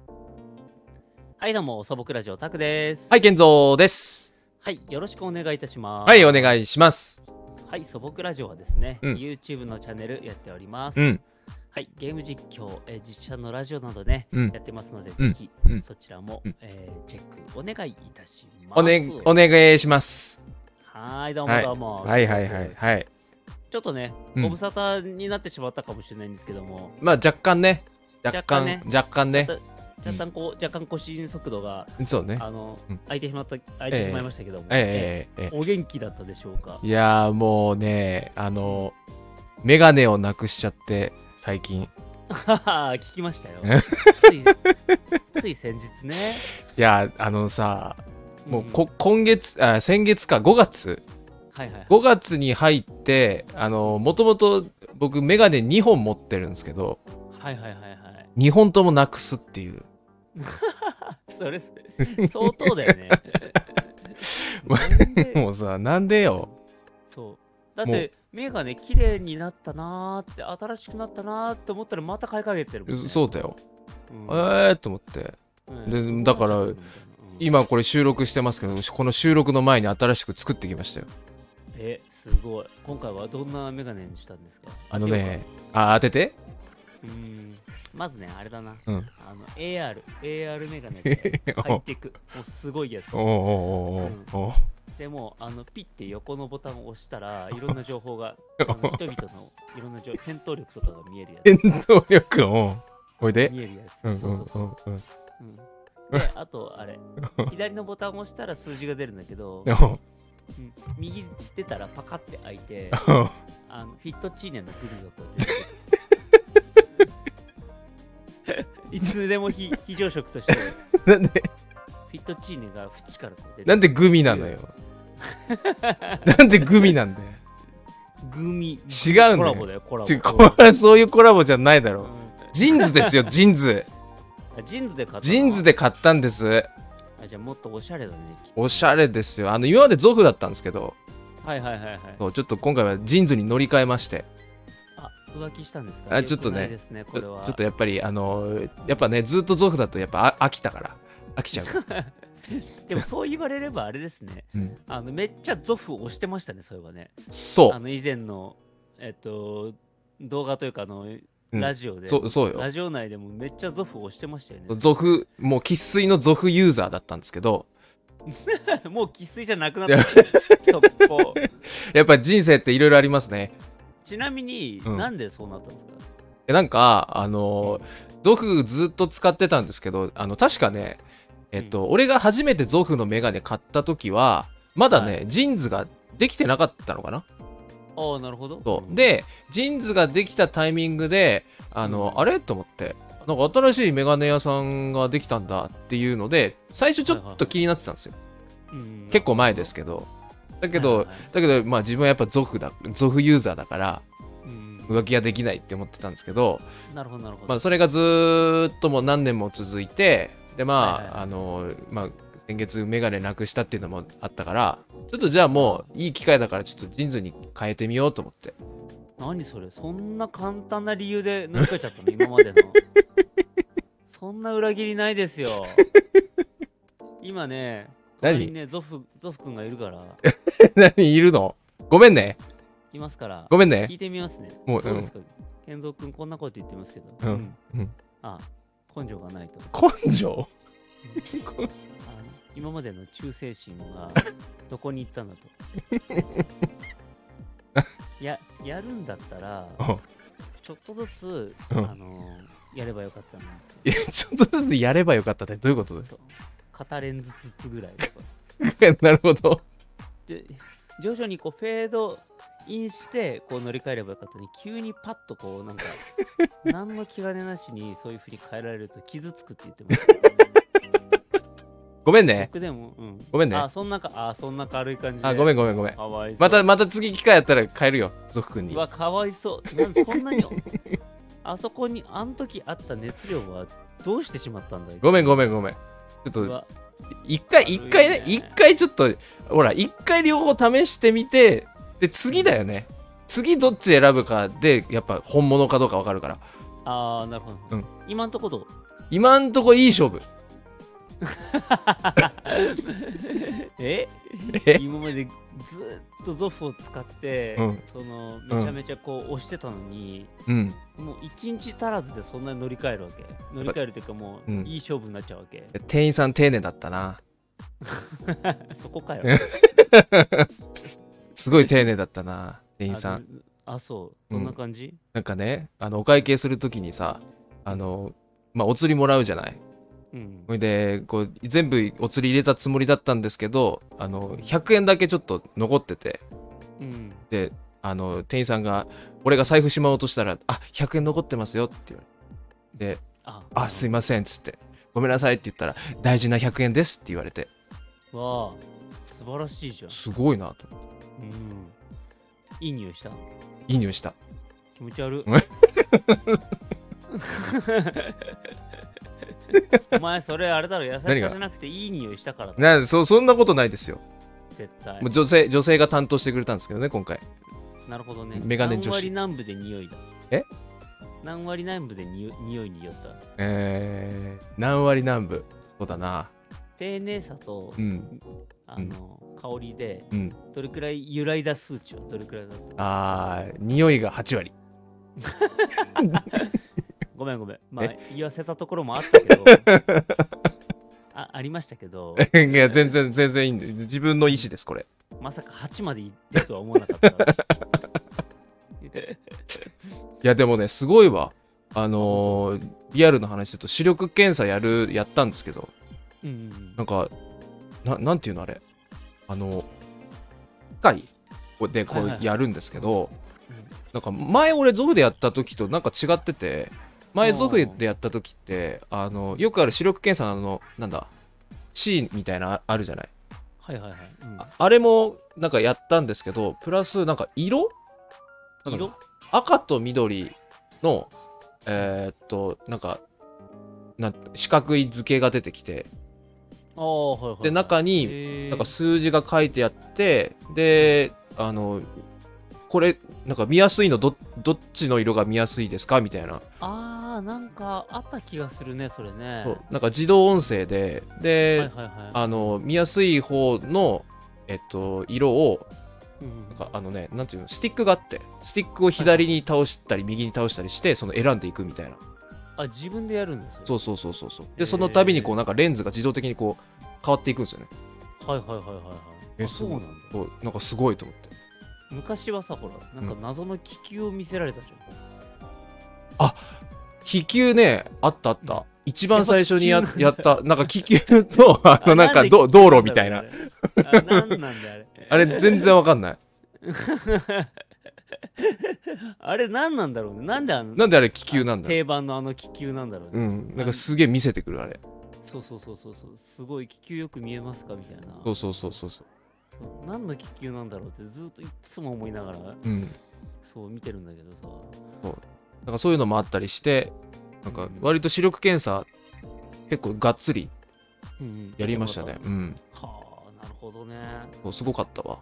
はい、どうも、素朴ラジオタクです。 はい、健三です。 はい、よろしくお願いいたします。 はい、お願いします。 はい、素朴ラジオはですね、 うん。 YouTube のチャンネルやっております。 うん。 はい、ゲーム実況、実写のラジオなどね、 うん。 やってますので、 うん。 ぜひ、 うん。 そちらも、 うん。 チェックお願いいたします。 お願いします。 はい、どうもはい。 どうも。 はいはいはいはい。 ちょっとね、 うん。 ご無沙汰になってしまったかもしれないんですけども、 まあ、若干ね。若干ね。 若干更新速度が、 そうね。 空いてしまいましたけども、お元気だったでしょうか。 いやー、もうね、メガネをなくしちゃって、最近。 聞きましたよ。つい先日ね。 いや、もう先月か、5月。 はいはい。 5月に入って、もともと僕メガネ2本持ってるんですけど、 はいはいはいはい。 2本ともなくすっていう。 それ、相当だよね。 もうさ、なんでよ。 そう。だって、メガネ綺麗になったなーって、新しくなったなーって思ったらまた買いかけてるもんね。 そうだよ。と思って。で、だから、今これ収録してますけど、この収録の前に新しく作ってきましたよ。 すごい。今回はどんなメガネにしたんですか？ 当てて？ まずね、あれだな。 うん。 AR メガネで入っていく。もうすごいやつ。でも、ピッて横のボタンを押したら、いろんな情報が、人々のいろんな戦闘力とかが見えるやつ。 戦闘力を、おいで。 見えるやつ。そうで、あと、あれ、左のボタンを押したら数字が出るんだけど、右出たらパカって開いて、フィットチーネのグミがこうやっていつでも非常食としてなんでフィットチーネが縁からこう出て、 なんでグミなのよ。なんでグミなんだよ。 グミ違うんだよ。 コラボだよ、コラボ。 そういうコラボじゃないだろ。ジンズですよ、ジンズ。 ジンズで買った。 ジンズで買ったんです。 じゃあもっとおしゃれだね。 おしゃれですよ。今までゾフだったんですけど、 はいはいはいはい。 そうちょっと今回はジンズに乗り換えまして。 浮気したんですか？ ちょっとね、 ちょっとやっぱりやっぱね、ずっとゾフだとやっぱ飽きたから、飽きちゃう。 でもそう言われればあれですね。めっちゃゾフ押してましたね、そういえばね。 そう。 以前の動画というかラジオで、 そうよ。 ラジオ内でもめっちゃゾフ押してましたよね。 ゾフ、もう生粋のゾフユーザーだったんですけど、 もう生粋じゃなくなった。そこ。 やっぱ人生っていろいろありますね。 ちなみに、なんでそうなったんですか？ なんかゾフずっと使ってたんですけど、確かね、俺が初めてゾフのメガネ買った時はまだね、ジンズができてなかったのかな。 なるほど。 でジンズができたタイミングであれと思って、なんか新しいメガネ屋さんができたんだっていうので最初ちょっと気になってたんですよ。結構前ですけど、だけどまあ自分はやっぱゾフユーザーだから浮気ができないって思ってたんですけど、 なるほどなるほど。 まあそれがずーっともう何年も続いて、でまあ先月メガネなくしたっていうのもあったから、ちょっとじゃあもういい機会だからちょっとジンズに変えてみようと思って。 何それ、そんな簡単な理由で乗り換えちゃったの？今までのそんな裏切りないですよ。今ね、隣にね、ゾフ君がいるから。 何いるの？ごめんね。 いますから。 ごめんね。 聞いてみますね。 もうどうですか？健三君こんなこと言ってますけど。根性がないと。 根性？ 今までの忠誠心はどこに行ったんだと。やるんだったら、ちょっとずつ、やればよかったなって。 ちょっとずつやればよかったってどういうことですか？ 片レンズずつぐらいとか。 なるほど。 で、徐々にこうフェードインしてこう乗り換えればよかったのに、急にパッとこうなんか何の気兼ねなしにそういう風に変えられると傷つくって言ってました。 ごめんね。 僕でも、 ごめんね。 そんな軽い感じで。 ごめん。 かわいそう。 また次機会やったら変えるよ、ゾフ君に。 うわ、かわいそう。なんでそんなにあそこにあの時あった熱量はどうしてしまったんだよ。 ごめん。ちょっと一回ちょっとほら一回両方試してみて、で次だよね。次どっち選ぶかでやっぱ本物かどうかわかるから。 なるほど。今んところ今んとこいい勝負。 え今までずっとゾフを使って、そのめちゃめちゃこう押してたのに、もう1日足らずでそんなに乗り換えるわけ。乗り換えるというかもういい勝負になっちゃうわけ。 店員さん丁寧だったな。 そこかよ。 すごい丁寧だったな、店員さん。 そう、どんな感じ？ なんかね、お会計するときにさ、お釣りもらうじゃない。それでこう全部お釣り入れたつもりだったんですけど、100円だけちょっと残ってて、で店員さんが俺が財布しまおうとしたら「あ、100円残ってますよ」って言われて、あ、すいません」っつって、ごめんなさいって言ったら「大事な100円です」って言われて、 わあ、素晴らしいじゃん。 すごいなと思って。 いい匂いした？ いい匂いした。 気持ち悪い。お前それあれだろ、優しさじゃなくていい匂いしたからだ。 そんなことないですよ。 絶対。 もう女性が担当してくれたんですけどね、今回。 なるほどね。 メガネ女子。 何割何分で匂いだ。何割何分で匂いによった？ 何割何分。そうだな。 丁寧さと、香りで、どれくらい揺らいだ数値はどれくらいだった？ 匂いが8割。 ごめん。まあ、言わせたところもあったけど。ありましたけど。 いや、全然いいんで。自分の意思です、これ。 まさか8までいってるとは思わなかった。 いや、でもね、すごいわ。リアルな話すると、視力検査やったんですけど、なんか、なんていうのあれ。機械でこうやるんですけど、なんか前俺ゾフでやった時となんか違ってて、前ゾフでやった時ってよくある視力検査のなんだ C みたいなあるじゃない。あれもなんかやったんですけど、プラスなんか色赤と緑のなんか四角い図形が出てきて、で中になんか数字が書いてあって、でこれなんか見やすいのどっちの色が見やすいですかみたいな。 なんかあった気がするね、それね。 そう、なんか自動音声で見やすい方の色をなんかなんていうの、スティックがあって、スティックを左に倒したり右に倒したりして、その選んでいくみたいな。 自分でやるんですよ。 そう。でその度にこうなんかレンズが自動的にこう変わっていくんですよね。 そうなんだ。 なんかすごいと思って。 昔はさ、ほらなんか謎の気球を見せられたじゃん。気球ね、あった。一番最初にやったなんか気球となんか道路みたいな。 なんなんだあれ。 あれ全然わかんない。 あれ何なんだろうね。なんであれ気球なんだ。 定番の気球なんだろうね。 なんかすげえ見せてくるあれ。 そう。すごい気球よく見えますかみたいな。 そう。 何の気球なんだろうってずっといつも思いながら、そう見てるんだけどさ。 なんかそういうのもあったりして、なんか割と視力検査結構がっつりやりましたね。 はあ、なるほどね。 すごかったわ。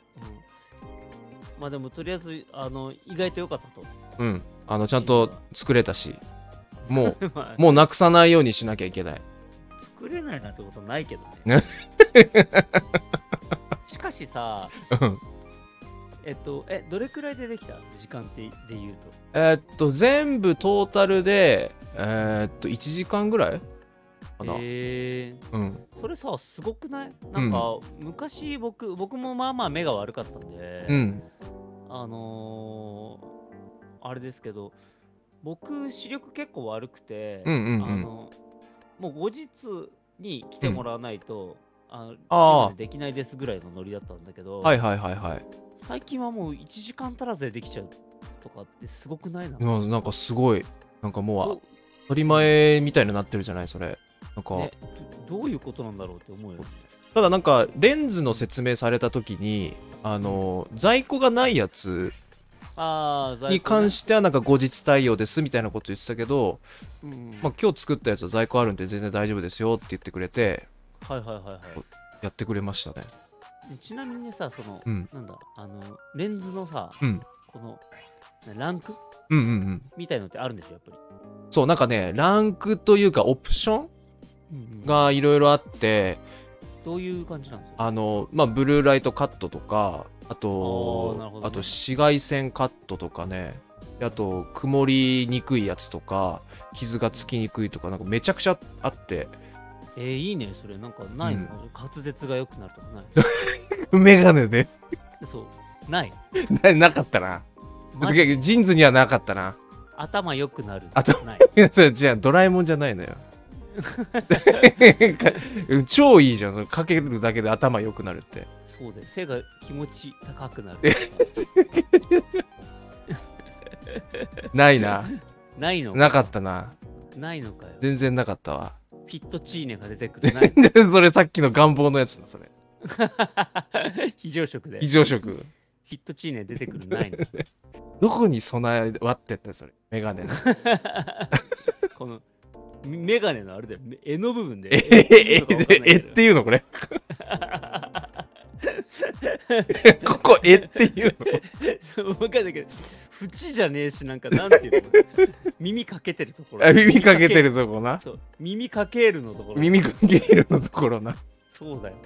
まあでもとりあえず意外と良かったと。ちゃんと作れたし、もうなくさないようにしなきゃいけない。 作れないなんてことないけどね。しかしさ、どれくらいでできた時間で言うと全部トータルで1時間ぐらいかな。 それさすごくない？なんか、昔僕もまあまあ目が悪かったんで、あれですけど、僕視力結構悪くて、もう後日に来てもらわないと、できないですぐらいのノリだったんだけど、最近はもう1時間足らずでできちゃうとかってすごくない？ なんかすごい、なんかもう当たり前みたいになってるじゃないそれ。なんか、 どういうことなんだろうって思うよね。 ただなんかレンズの説明された時に在庫がないやつに関してはなんか後日対応ですみたいなこと言ってたけど、今日作ったやつは在庫あるんで全然大丈夫ですよって言ってくれて、やってくれましたね。 ちなみにさ、なんだレンズのさ、このランクみたいのってあるんでしょ、やっぱり。 そう、なんかね、ランクというかオプションがいろいろあって、 どういう感じなんですか？ まあ、ブルーライトカットとか、あなると、 ほどね、 あと紫外線カットとかね、あと曇りにくいやつとか、傷がつきにくいとか、なんかめちゃくちゃあって。 いいね、それ。なんかないの、滑舌が良くなるとかないメガネでそう、ないなかったな。ジーンズにはなかったな。 頭良くなる。 ない。それじゃあドラえもんじゃないのよ。超いいじゃん。かけるだけで頭良くなるって。 そうだよ。背が気持ち高くなる。 ないな。 ないのか。 なかったな。 ないのかよ。 全然なかったわ。 フィットチーネが出てくる。ないそれさっきの願望のやつだ、それ。 非常食で。 非常食。 フィットチーネ出てくる。ないの。 どこに備え割ってったそれ。メガネの。 このメガネのあれだよ。絵の部分で。 っていうのこれ。ここっていうの。 そう分かんないけど、縁じゃねえし、なんかなんていうの。耳かけてるところ。 耳かけてるとこな。 そう。耳かけるのところ。 耳かけるのところな。 そうだよ。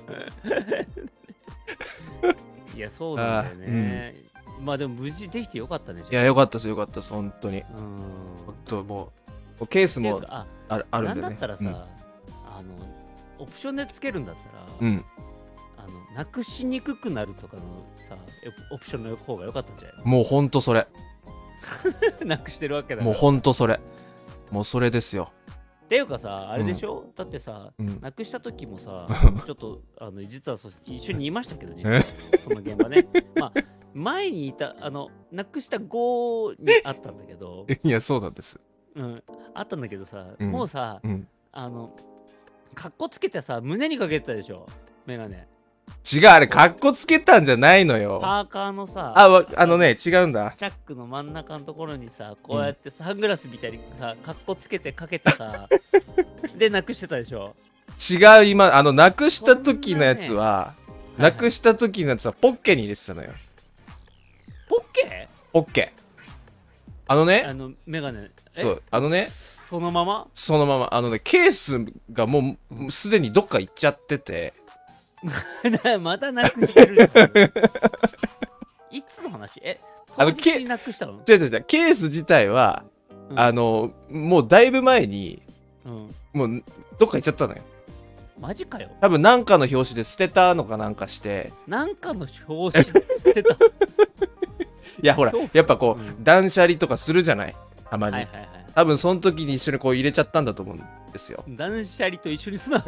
いや、そうなんだよね。まあでも無事できてよかったね。 いや、よかったです、よかったです、本当に。ほんともう、ケースもあるんでね。 なんだったらさ、オプションでつけるんだったら、なくしにくくなるとかのさ、オプションの方が良かったんじゃない？ もうほんとそれ。 なくしてるわけだから。 もうほんとそれ。もうそれですよ。 っていうかさ、あれでしょ、だってさ、なくした時もさ、ちょっと実は一緒にいましたけど、実はその現場ね。まあ前にいたなくした後にあったんだけど。 いや、そうなんです。 あったんだけどさ、もうさ、かっこつけてさ、胸にかけてたでしょ、メガネ。 違う、あれ、かっこつけたんじゃないのよ。 パーカーのさ、 違うんだ。 チャックの真ん中のところにさ、こうやってサングラスみたいにさ、かっこつけてかけてさ、で、なくしてたでしょ。 違う、今、なくした時のやつは、なくした時のやつはポッケに入れてたのよ。 ポッケ？ ポッケ。 メガネ。 そのままケースがもうすでにどっか行っちゃってて。 またなくしてるじゃん。いつの話？当日になくしたの？ 違う、ケース自体は、もうだいぶ前に、もうどっか行っちゃったのよ。 マジかよ。 多分なんかの表紙で捨てたのかなんかして。 なんかの表紙で捨てた。いやほら、やっぱこう、断捨離とかするじゃない、たまに。多分その時に一緒にこう入れちゃったんだと思うんですよ。 断捨離と一緒にすな。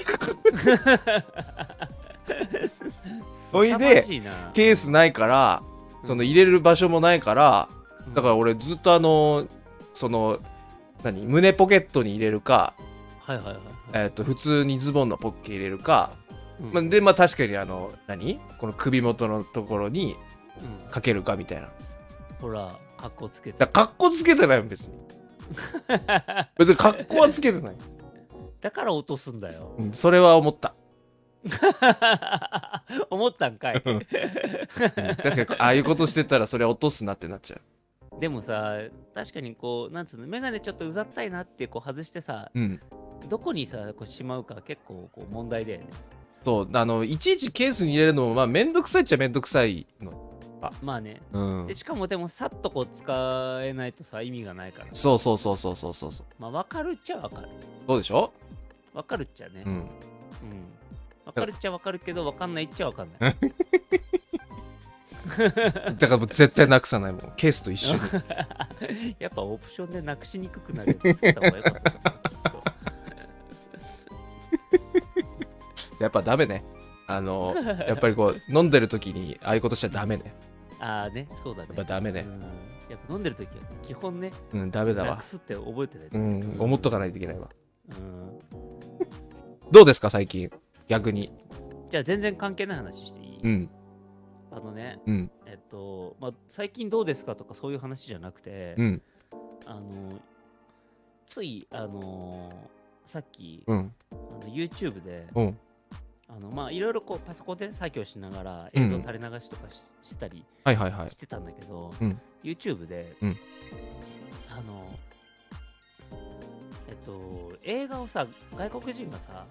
そいでケースないから、その入れる場所もないから、だから俺ずっとその胸ポケットに入れるか、普通にズボンのポッケ入れるか、でまあ確かにこの首元のところにかけるかみたいな。 ほら、カッコつけて。 カッコつけてないもん別に。別にカッコはつけてない。 だから落とすんだよ。 それは思った。 思ったんかい。 確かにああいうことしてたらそれは落とすなってなっちゃう。 でもさ、確かにこうなんつうの、メガネちょっとうざったいなってこう外してさ、どこにさこうしまうか結構こう問題だよね。 そういちいちケースに入れるのもまあめんどくさいっちゃめんどくさいの。 まあね、でしかもでもさっとこう使えないとさ意味がないから。 そう。 まあ分かるっちゃ分かる。 そうでしょ。 分かるっちゃね。分かるっちゃ分かるけど分かんないっちゃ分かんない。 だからもう絶対なくさないもん、ケースと一緒に。 やっぱオプションでなくしにくくなるってつけた方がよかったな、きっと。 やっぱダメね。やっぱりこう飲んでる時にああいうことしちゃダメね。 そうだね。 やっぱダメね。 やっぱ飲んでる時は基本ね、 ダメだわ。 なくすって覚えてない。 思っとかないといけないわ。どうですか最近、逆に。 じゃあ全然関係ない話していい？まあ最近どうですかとかそういう話じゃなくて、ついさっきYouTube でまあいろいろこうパソコンで作業しながら映像垂れ流しとかしたりしてたんだけど、YouTube で、映画をさ、外国人がさ、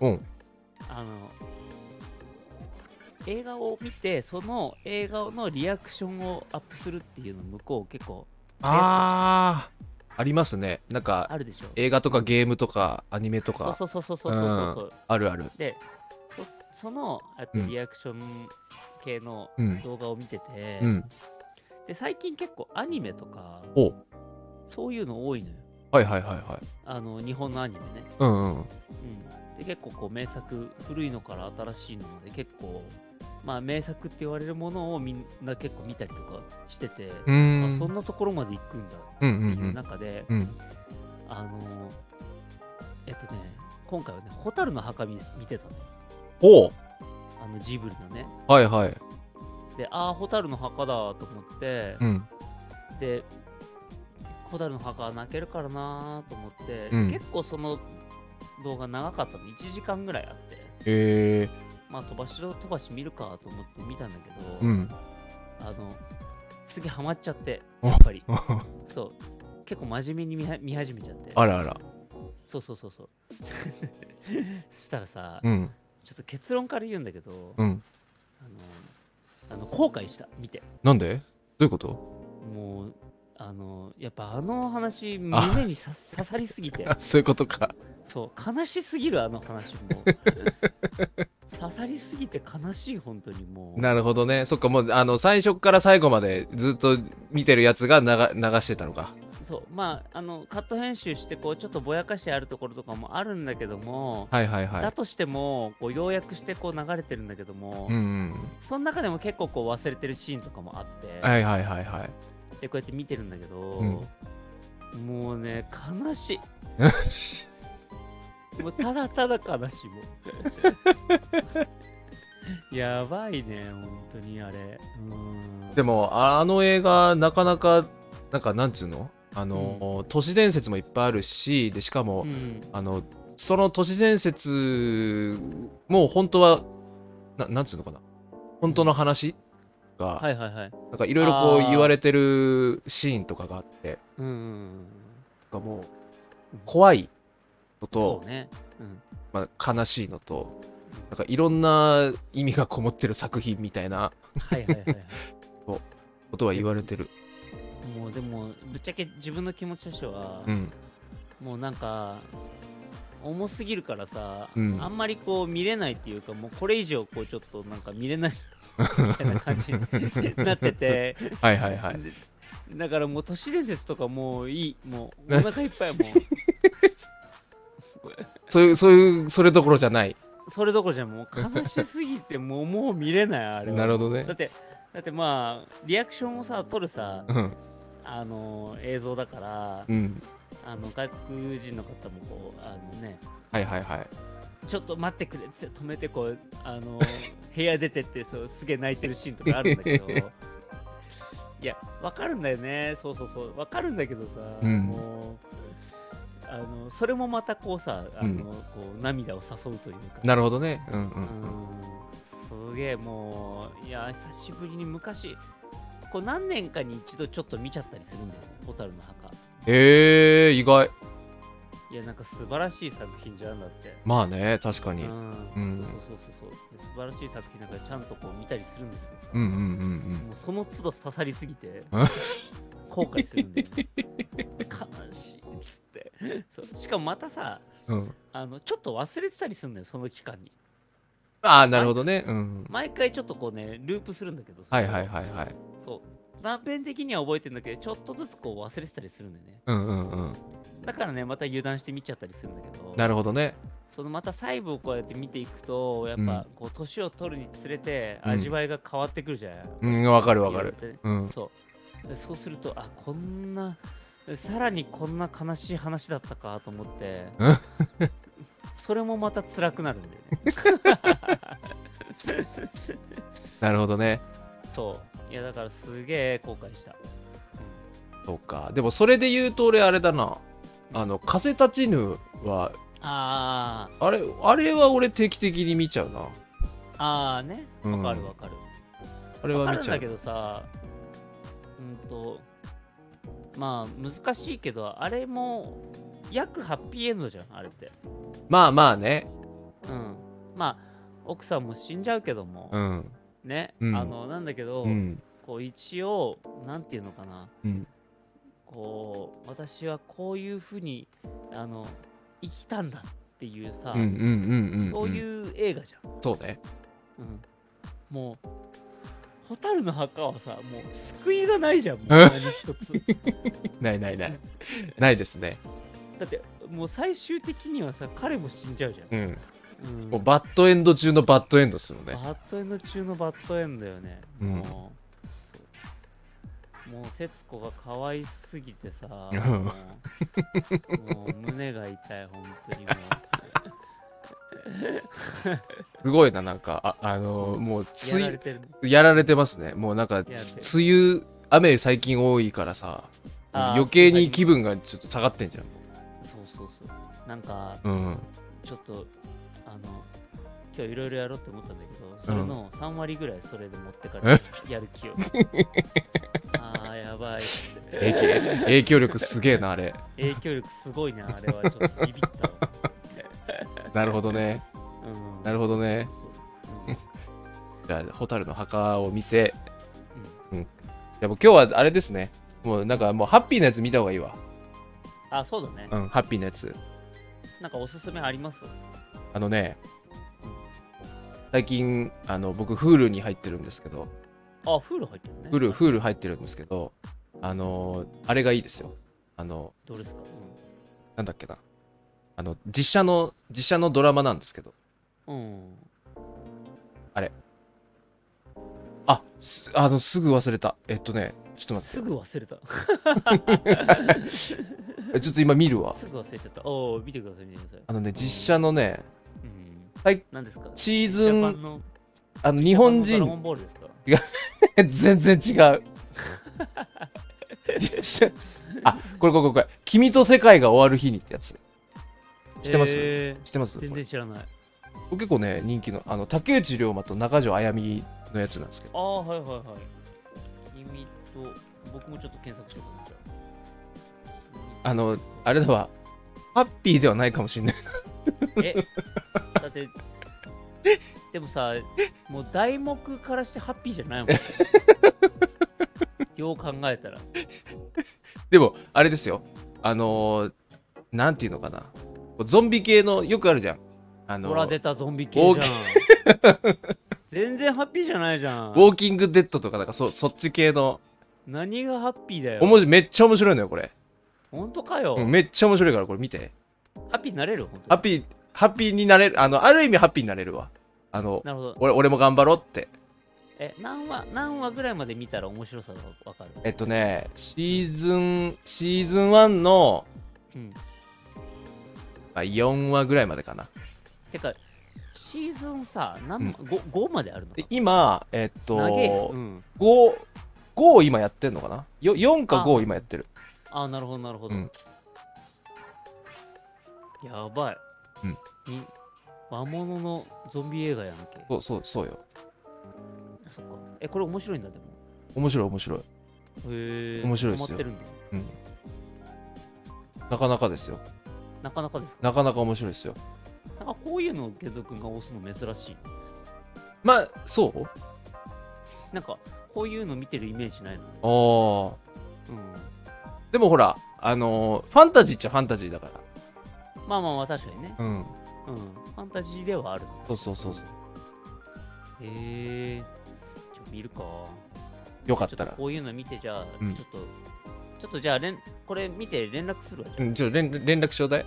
映画を見てその映画のリアクションをアップするっていうの向こう結構ありますね。なんかあるでしょ。 映画とかゲームとかアニメとか、 そうあるある。 でそのリアクション系の動画を見てて、で最近結構アニメとかそういうの多いのよ。日本のアニメね。で結構こう名作、古いのから新しいのまで結構まあ名作って言われるものをみんな結構見たりとかしてて、そんなところまで行くんだっていう中で、今回はね、蛍の墓見てたの。ジブリのね。で、蛍の墓だと思って、で、蛍の墓は泣けるからなと思って、結構その動画長かったの、1時間ぐらいあって、まあ飛ばし見るかと思って見たんだけど、次ハマっちゃって、やっぱりそう結構真面目に見始めちゃって、そうそしたらさ、ちょっと結論から言うんだけど、後悔した、見て。 なんで？どういうこと？ もうやっぱ話胸に刺さりすぎてそういうことか。 そう悲しすぎる、話も刺さりすぎて悲しい、本当にもう。 なるほどね。そっか、もう最初から最後までずっと見てるやつが流してたのか。 そう、まあカット編集してこうちょっとぼやかしてあるところとかもあるんだけども、だとしてもこう要約してこう流れてるんだけども、その中でも結構こう忘れてるシーンとかもあって、でこうやって見てるんだけど、もうね悲しいもうただただ悲しいもんやばいね本当にあれ。 でも映画なかなかなんつうの、都市伝説もいっぱいあるし、でしかも、その都市伝説も本当はなんつうのかな、本当の話がなんかいろいろこう言われてるシーンとかがあって、なんかもう怖いのと、まあ、悲しいのと、なんかいろんな意味がこもってる作品みたいなことは言われてる。 もうでもぶっちゃけ自分の気持ちとしては、もうなんか重すぎるからさ、あんまりこう見れないっていうか、もうこれ以上こうちょっとなんか見れないみたいな感じになっててだからもう都市伝説とかもういい、もうお腹いっぱい、もうそれどころじゃない、 それどころじゃもう悲しすぎてもう見れない、あれは。 なるほどね。 だってまあリアクションをさ撮るさ、映像だから、外国人の方もこうちょっと待ってくれって止めてこう部屋出てってすげえ泣いてるシーンとかあるんだけどいやわかるんだよね、そうわかるんだけどさ、もうそれもまたこうさこう涙を誘うというか。 なるほどね。 すげえもう、いや久しぶりに昔こう何年かに一度ちょっと見ちゃったりするんだよね、蛍の墓。 意外。 いやなんか素晴らしい作品じゃんだって。 まあね、確かに。 そう素晴らしい作品なんかちゃんとこう見たりするんだけどさ、もうその都度刺さりすぎて後悔するんだよね悲しいっつってしかもまたさ、ちょっと忘れてたりするんだよ、その期間に。 なるほどね。 毎回ちょっとこうねループするんだけどさ、そう断片的には覚えてるんだけど、ちょっとずつこう忘れてたりするんだよね。だからねまた油断して見ちゃったりするんだけど。 なるほどね。 そのまた細部をこうやって見ていくと、やっぱこう年を取るにつれて味わいが変わってくるじゃん。 わかる。 そうするとこんなさらにこんな悲しい話だったかと思ってそれもまた辛くなるんだよねなるほどね。 いやだからすげえ後悔した。 そうか。でもそれで言うと俺あれだな、風立ちぬはあれは俺定期的に見ちゃうな。 ああね、わかるわかる。 あれは見ちゃう。 わかるんだけどさ、まあ難しいけど、あれも約ハッピーエンドじゃん、あれって。 まあまあね。 まあ奥さんも死んじゃうけども、ね、なんだけど、こう一応なんていうのかな、こう私はこういうふうに生きたんだっていうさ、そういう映画じゃん。 そうね。 もう蛍の墓はさ、もう救いがないじゃん、もう何一つ。 ないないない。ないですね。 だってもう最終的にはさ、彼も死んじゃうじゃん。 もうバッドエンド中のバッドエンドっすよね。 バッドエンド中のバッドエンドよね。もう節子が可愛すぎてさ、もう胸が痛い、本当にもう。 すごいな、なんか、もうやられてますね。もうなんか、梅雨、雨最近多いからさ、余計に気分がちょっと下がってんじゃん。 そう。なんか、ちょっと、今日いろいろやろうって思ったんだけど、それの3割ぐらいそれで持ってからやる気を。ああ、やばいって。 影響力すげえな、あれ。 影響力すごいな、あれは。ちょっとビビったわ。 なるほどね。なるほどね。じゃあ、蛍の墓を見て、でも今日はあれですね。もうなんかもうハッピーなやつ見た方がいいわ。 あ、そうだね。 ハッピーなやつ。 なんかおすすめあります？ 最近、僕、Hulu に入ってるんですけど。 あ、Hulu 入ってるね。 Hulu 入ってるんですけど、あれがいいですよ。 どうですか？ なんだっけな。実写のドラマなんですけど。あれ。すぐ忘れた。ちょっと待って。 すぐ忘れた。 ちょっと今見るわ。 すぐ忘れちゃった。見てください、見てください。 実写のね、 何ですか？ シーズン、日本人。 ドラゴンボールですか？ いや、全然違う。実写、これ。君と世界が終わる日にってやつ。知ってます？知ってます？ 全然知らない。 結構ね、人気の、竹内涼真と中条あやみのやつなんですけど。 はい。君と、僕もちょっと検索しようかな。あれだわ。ハッピーではないかもしれない。 だって、でもさ、もう題目からしてハッピーじゃないもん。よう考えたら。 でも、あれですよ。なんていうのかな。ゾンビ系のよくあるじゃん。 ほら出たゾンビ系じゃん。全然ハッピーじゃないじゃん。 ウォーキングデッドとかなんかそっち系の。 何がハッピーだよ。 めっちゃ面白いのよこれ。 本当かよ。 めっちゃ面白いからこれ見て。 ハッピーになれる？ ハッピーになれる。ある意味ハッピーになれるわ。 なるほど。 俺も頑張ろうって。 何話ぐらいまで見たら面白さがわかる？ シーズン1の、4話ぐらいまでかな。 てかシーズンさ、5まであるのか？ 今5を今やってんのかな。4か5を今やってる。 なるほど。やばい。魔物のゾンビ映画やんけ。 そうよ。 そっか。これ面白いんだ。でも面白い。面白いですよ。なかなかですよ。 なかなかですか？ なかなか面白いですよ。 なんかこういうのをゲゾ君が押すの珍しい。 まあそうなんかこういうの見てるイメージないの？ でもほらファンタジーっちゃファンタジーだから。 まあ確かにね。ファンタジーではある。 そう。 見るか。 よかったら。 こういうの見て、じゃあ、ちょっとじゃあこれ見て連絡するわ。 ちょっと連絡ちょうだい。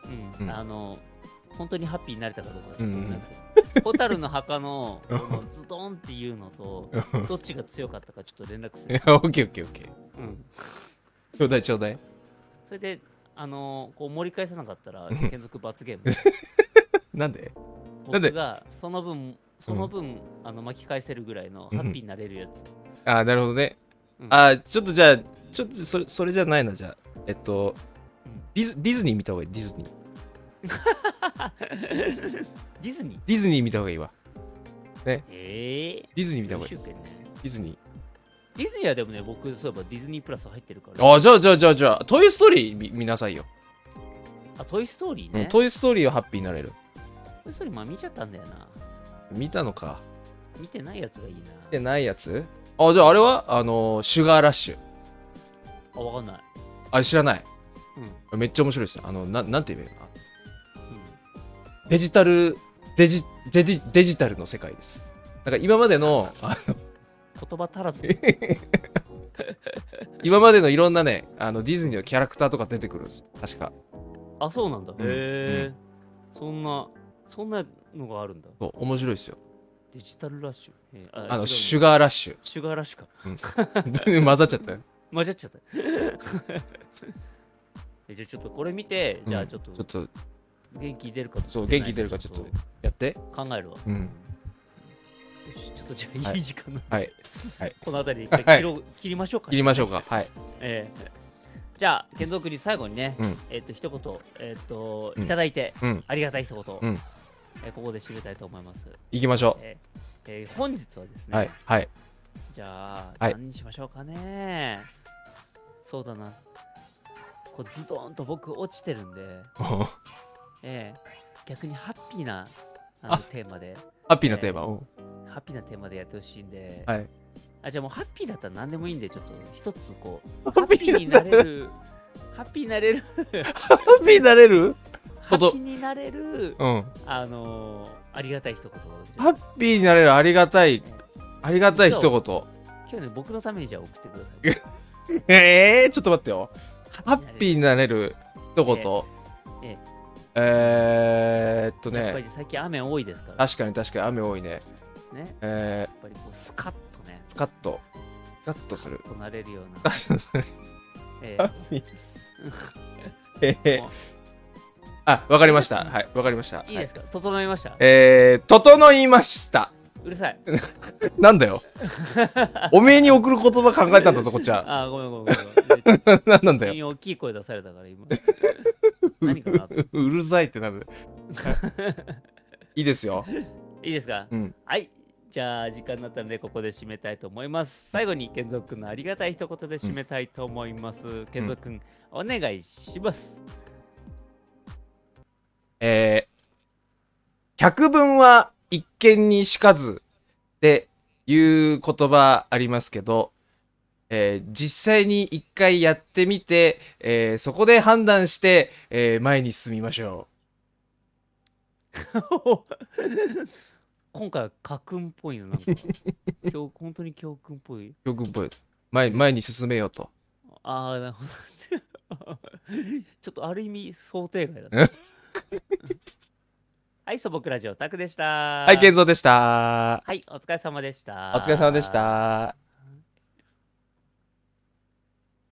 本当にハッピーになれたかどうか。蛍の墓のズドンっていうのとどっちが強かったかちょっと連絡する。 オッケー。ちょうだい。 それでこう盛り返さなかったら継続罰ゲーム。 なんで？ 僕がその分巻き返せるぐらいのハッピーになれるやつ。 なるほどね。ちょっとそれじゃないな。じゃあディズニー見た方がいい。ディズニー。 ディズニー？ ディズニー見た方がいいわ。 ね。 ディズニー見た方がいい。 ね、 ディズニー。 ディズニーはでもね、僕、そういえばディズニープラス入ってるから。 あ、じゃあ、トイ・ストーリー見なさいよ。 あ、トイ・ストーリーね。 トイ・ストーリーはハッピーになれる。 トイ・ストーリー、まあ見ちゃったんだよな。 見たのか。 見てないやつがいいな。見てないやつ？あ、じゃああれはシュガーラッシュ。 あ、わかんない。 あ、知らない。めっちゃ面白いですよ。なんて言うのかな。デジタルの世界です。なんか今までの、 言葉足らず。 今までのいろんなね、ディズニーのキャラクターとか出てくるんです。確か。 あ、そうなんだ。へえ。そんなのがあるんだ。 そう、面白いですよ。 デジタルラッシュ。シュガーラッシュ。 シュガーラッシュか。 混ざっちゃったよ。 混ざっちゃった。じゃあちょっとこれ見て、じゃあちょっと元気出るか。 そう、元気出るかちょっとやって。 考えるわ。ちょっとじゃあいい時間なので。はい。この辺りで切りましょうか。 切りましょうか。はい。 じゃあ、健三君に最後にね、一言、いただいて、ありがたい一言、ここで締めたいと思います。 行きましょう。本日はですね、 はい。 じゃあ、何にしましょうかね。そうだな。こうズドンと僕落ちてるんで、逆にハッピーなテーマで。 ハッピーなテーマハッピーなテーマでやってほしいんで、 じゃあもうハッピーだったら何でもいいんで、ちょっと一つこう、ハッピーになれる、ハッピーになれる、 ハッピーになれるハッピーになれる、ありがたい一言。 ハッピーになれるありがたい一言。 今日ね、僕のためにじゃあ送ってください。 ちょっと待ってよ。ハッピーになれる一言。 やっぱり最近雨多いですから。 確かに雨多いね。 やっぱりこうスカッとね。 スカッとする。 となれるような。 わかりました。はい、わかりました。 いいですか？整いました？ 整いました。 うるさい。 なんだよ。おめえに送る言葉考えたんだぞ、こっちは。 あ、ごめん。 なんだよ。 大きい声出されたから今。何かな？ うるさいってなる。いいですよ。 いいですか？はい。じゃあ時間になったのでここで締めたいと思います。最後に健三君のありがたい一言で締めたいと思います。健三君、お願いします。 百聞は一見にしかずっていう言葉ありますけど、実際に一回やってみて、そこで判断して、前に進みましょう。今回は家訓っぽいの、なんか本当に教訓っぽい。 前に進めようと。 ああ、なるほど。ちょっとある意味想定外だった。はい、素朴ラジオタクでした。 はい、健三でした。 はい、お疲れ様でした。 お疲れ様でした。